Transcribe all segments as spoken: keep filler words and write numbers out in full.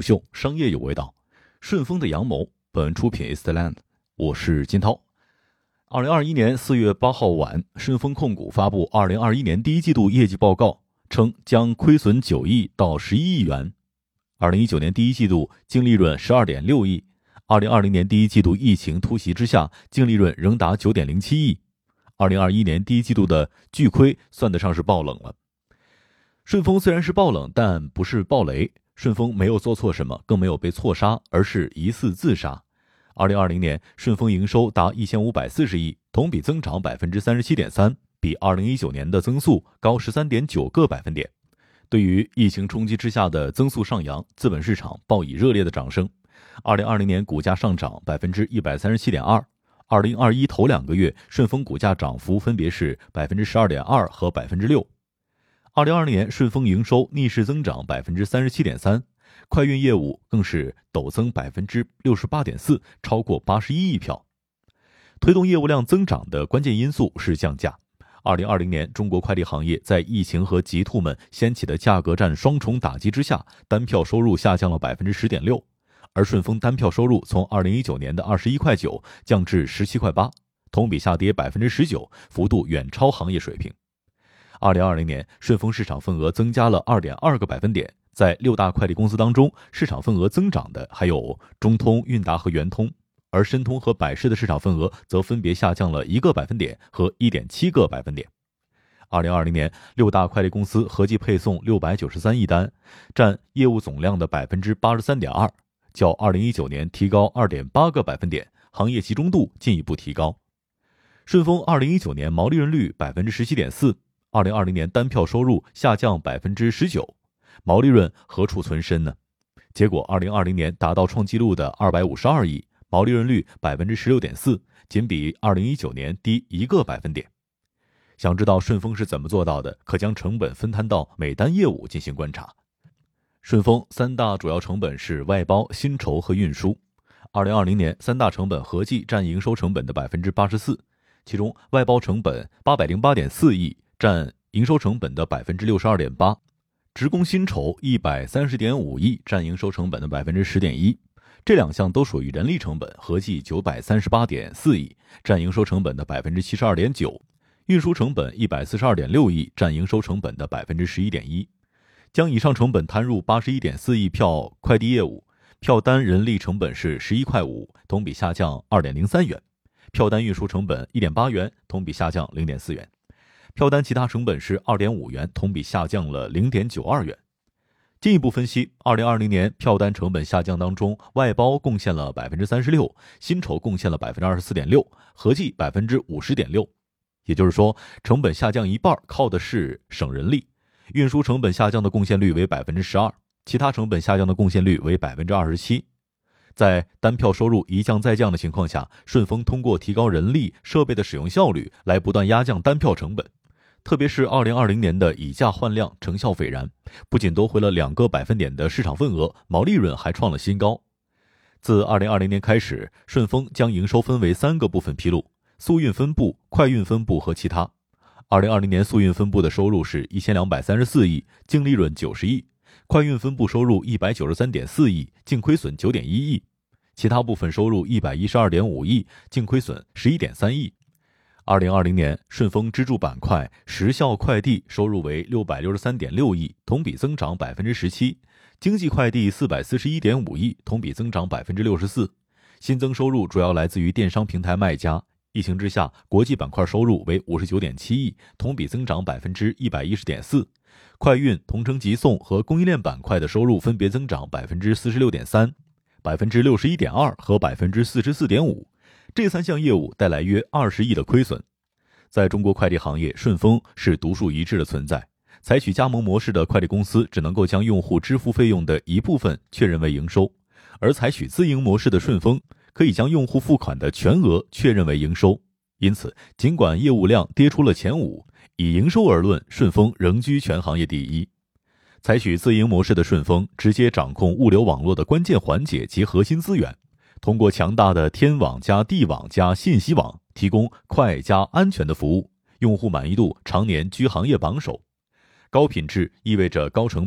虎嗅，商业有味道。顺丰的阳谋，本文出品 Eastland， 我是金涛。二零二一年四月八号晚，顺丰控股发布二零二一年第一季度业绩报告，称将亏损九亿到十一亿元。二零一九年第一季度净利润十二点六亿，二零二零年第一季度疫情突袭之下，净利润仍达九点零七亿。二零二一年第一季度的巨亏算得上是爆冷了。顺丰虽然是爆冷，但不是爆雷。顺丰没有做错什么，更没有被错杀，而是疑似自杀。二零二零年，顺丰营收达一千五百四十亿，同比增长 百分之三十七点三， 比二零一九年的增速高 十三点九个百分点。对于疫情冲击之下的增速上扬，资本市场报以热烈的掌声。二零二零年股价上涨 百分之一百三十七点二， 二零二一头两个月，顺丰股价涨幅分别是 百分之十二点二 和 百分之六。二零二零年，顺丰营收逆势增长 百分之三十七点三， 快运业务更是陡增 百分之六十八点四， 超过八十一亿票。推动业务量增长的关键因素是降价。二零二零年，中国快递行业在疫情和极兔们掀起的价格战双重打击之下，单票收入下降了 百分之十点六， 而顺丰单票收入从二零一九年的二十一块九降至十七块八，同比下跌 百分之十九， 幅度远超行业水平。二零二零年，顺丰市场份额增加了 二点二个百分点，在六大快递公司当中，市场份额增长的还有中通、韵达和圆通，而申通和百世的市场份额则分别下降了一个百分点和 一点七个百分点。二零二零年，六大快递公司合计配送六百九十三亿单，占业务总量的 百分之八十三点二， 较二零一九年提高 二点八个百分点，行业集中度进一步提高。顺丰二零一九年毛利润率 百分之十七点四，二零二零年单票收入下降 百分之十九， 毛利润何处存身呢？结果二零二零年达到创纪录的二百五十二亿，毛利润率 百分之十六点四， 仅比二零一九年低一个百分点。想知道顺丰是怎么做到的，可将成本分摊到每单业务进行观察。顺丰三大主要成本是外包、薪酬和运输。二零二零年三大成本合计占营收成本的 百分之八十四， 其中外包成本八百零八点四亿，占营收成本的 百分之六十二点八， 职工薪酬一百三十点五亿，占营收成本的 百分之十点一， 这两项都属于人力成本，合计九百三十八点四亿，占营收成本的 百分之七十二点九， 运输成本一百四十二点六亿，占营收成本的 百分之十一点一。 将以上成本摊入 八十一点四亿票快递业务，票单人力成本是十一块五，同比下降 二点零三元，票单运输成本 一点八元，同比下降 零点四元，票单其他成本是 二点五元，同比下降了 零点九二元。进一步分析，二零二零年票单成本下降当中，外包贡献了 百分之三十六， 薪酬贡献了 百分之二十四点六， 合计 百分之五十点六。 也就是说，成本下降一半靠的是省人力。运输成本下降的贡献率为 百分之十二， 其他成本下降的贡献率为 百分之二十七。在单票收入一降再降的情况下，顺丰通过提高人力、设备的使用效率来不断压降单票成本。特别是二零二零年的以价换量成效斐然，不仅夺回了两个百分点的市场份额，毛利润还创了新高。自二零二零年开始，顺丰将营收分为三个部分披露：速运分部、快运分部和其他。二零二零年速运分部的收入是一千两百三十四亿，净利润九十亿；快运分部收入一百九十三点四亿，净亏损九点一亿；其他部分收入一百一十二点五亿，净亏损十一点三亿。二零二零年，顺丰支柱板块时效快递收入为六百六十三点六亿，同比增长 百分之十七；经济快递四百四十一点五亿，同比增长 百分之六十四。新增收入主要来自于电商平台卖家。疫情之下，国际板块收入为五十九点七亿，同比增长 百分之一百一十点四。快运、同城集送和供应链板块的收入分别增长 百分之四十六点三、百分之六十一点二 和 百分之四十四点五。这三项业务带来约二十亿的亏损。在中国快递行业，顺丰是独树一帜的存在。采取加盟模式的快递公司只能够将用户支付费用的一部分确认为营收，而采取自营模式的顺丰可以将用户付款的全额确认为营收。因此，尽管业务量跌出了前五，以营收而论，顺丰仍居全行业第一。采取自营模式的顺丰直接掌控物流网络的关键环节及核心资源，通过强大的天网加地网加信息网，提供快加安全的服务，用户满意度常年居行业榜首。高品质意味着高成本，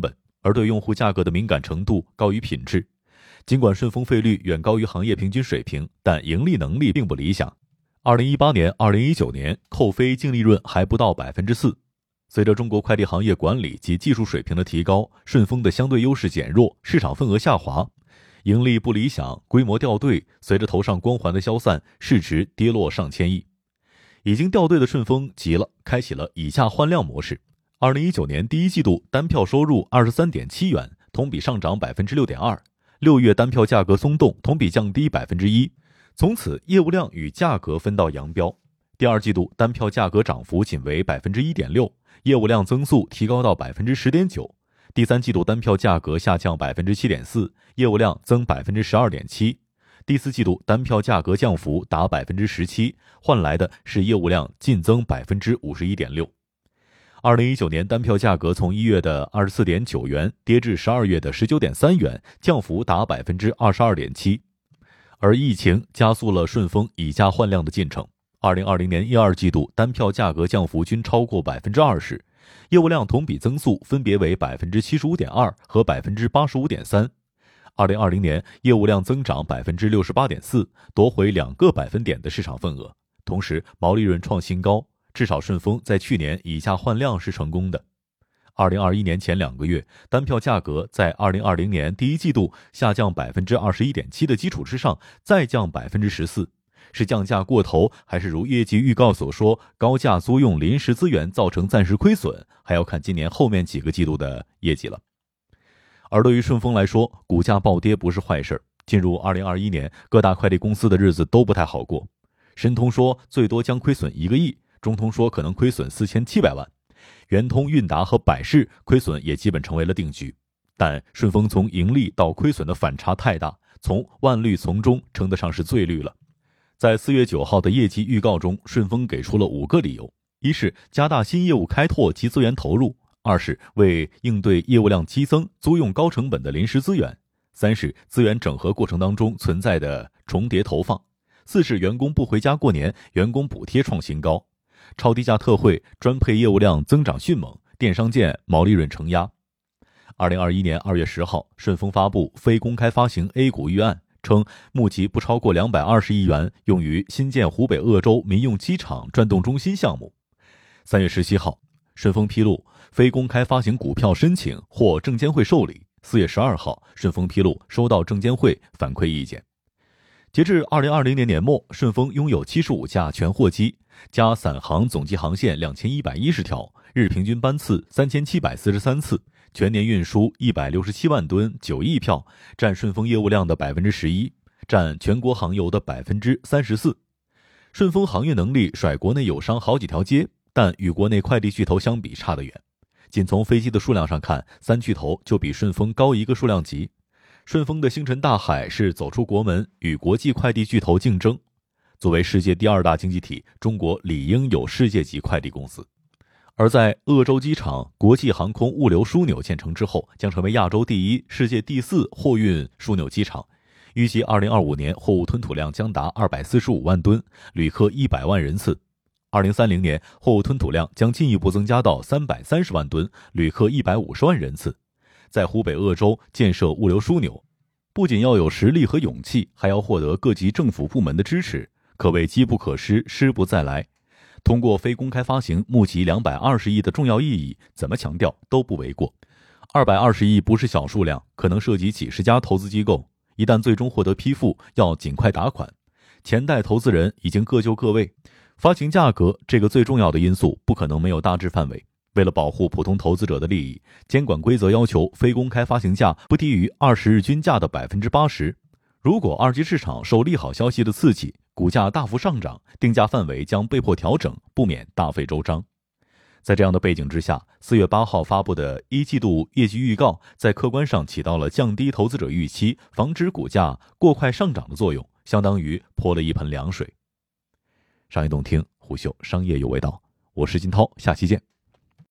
而对用户价格的敏感程度高于品质。尽管顺丰费率远高于行业平均水平，但盈利能力并不理想。二零一八年、二零一九年扣非净利润还不到 百分之四。 随着中国快递行业管理及技术水平的提高，顺丰的相对优势减弱，市场份额下滑，盈利不理想，规模掉队，随着头上光环的消散，市值跌落上千亿。已经掉队的顺丰急了，开启了以价换量模式。二零一九年第一季度单票收入 二十三点七元，同比上涨 百分之六点二。 六月单票价格松动，同比降低 百分之一， 从此业务量与价格分道扬镳。第二季度单票价格涨幅仅为 百分之一点六， 业务量增速提高到 百分之十点九。 第三季度单票价格下降 百分之七点四， 业务量增 百分之十二点七。 第四季度单票价格降幅达 百分之十七， 换来的是业务量净增 百分之五十一点六。二零一九年单票价格从一月的 二十四点九元跌至十二月的 十九点三元，降幅达 百分之二十二点七。 而疫情加速了顺丰以价换量的进程。二零二零年一二季度单票价格降幅均超过 百分之二十， 业务量同比增速分别为 百分之七十五点二 和 百分之八十五点三。 二零二零年业务量增长 百分之六十八点四， 夺回两个百分点的市场份额，同时毛利润创新高，至少顺丰在去年以价换量是成功的。二零二一年前两个月，单票价格在二零二零年第一季度下降 百分之二十一点七 的基础之上再降 百分之十四， 是降价过头，还是如业绩预告所说高价租用临时资源造成暂时亏损，还要看今年后面几个季度的业绩了。而对于顺丰来说，股价暴跌不是坏事。进入二零二一年，各大快递公司的日子都不太好过。申通说最多将亏损一个亿，中通说可能亏损四千七百万，圆通、韵达和百世亏损也基本成为了定局。但顺丰从盈利到亏损的反差太大，从万绿丛中称得上是最绿了。在四月九号的业绩预告中，顺丰给出了五个理由：一是加大新业务开拓及资源投入；二是为应对业务量激增租用高成本的临时资源；三是资源整合过程当中存在的重叠投放；四是员工不回家过年，员工补贴创新高；超低价特惠专配业务量增长迅猛，电商界毛利润承压。二零二一年二月十号，顺丰发布非公开发行 A 股预案，称募集不超过两百二十亿元，用于新建湖北鄂州民用机场转动中心项目。三月十七号，顺丰披露非公开发行股票申请获证监会受理。四月十二号，顺丰披露收到证监会反馈意见。截至二零二零年年末，顺丰拥有七十五架全货机，加散航总计航线两千一百一十条，日平均班次三千七百四十三次，全年运输一百六十七万吨，九亿票，占顺丰业务量的 百分之十一， 占全国航油的 百分之三十四。顺丰航运能力甩国内友商好几条街，但与国内快递巨头相比差得远。仅从飞机的数量上看，三巨头就比顺丰高一个数量级。顺丰的星辰大海是走出国门，与国际快递巨头竞争。作为世界第二大经济体，中国理应有世界级快递公司。而在鄂州机场国际航空物流枢纽建成之后，将成为亚洲第一、世界第四货运枢纽机场。预计二零二五年货物吞吐量将达二百四十五万吨，旅客一百万人次。二零三零年货物吞吐量将进一步增加到三百三十万吨，旅客一百五十万人次。在湖北鄂州建设物流枢纽，不仅要有实力和勇气，还要获得各级政府部门的支持，可谓机不可失，失不再来。通过非公开发行募集两百二十亿的重要意义，怎么强调都不为过。二百二十亿不是小数量，可能涉及几十家投资机构，一旦最终获得批复，要尽快打款。前代投资人已经各就各位，发行价格这个最重要的因素不可能没有大致范围。为了保护普通投资者的利益，监管规则要求非公开发行价不低于二十日均价的 百分之八十。 如果二级市场受利好消息的刺激，股价大幅上涨，定价范围将被迫调整，不免大费周章。在这样的背景之下，四月八号发布的一季度业绩预告在客观上起到了降低投资者预期，防止股价过快上涨的作用，相当于泼了一盆凉水。商业洞听，虎嗅商业有味道，我是金涛，下期见。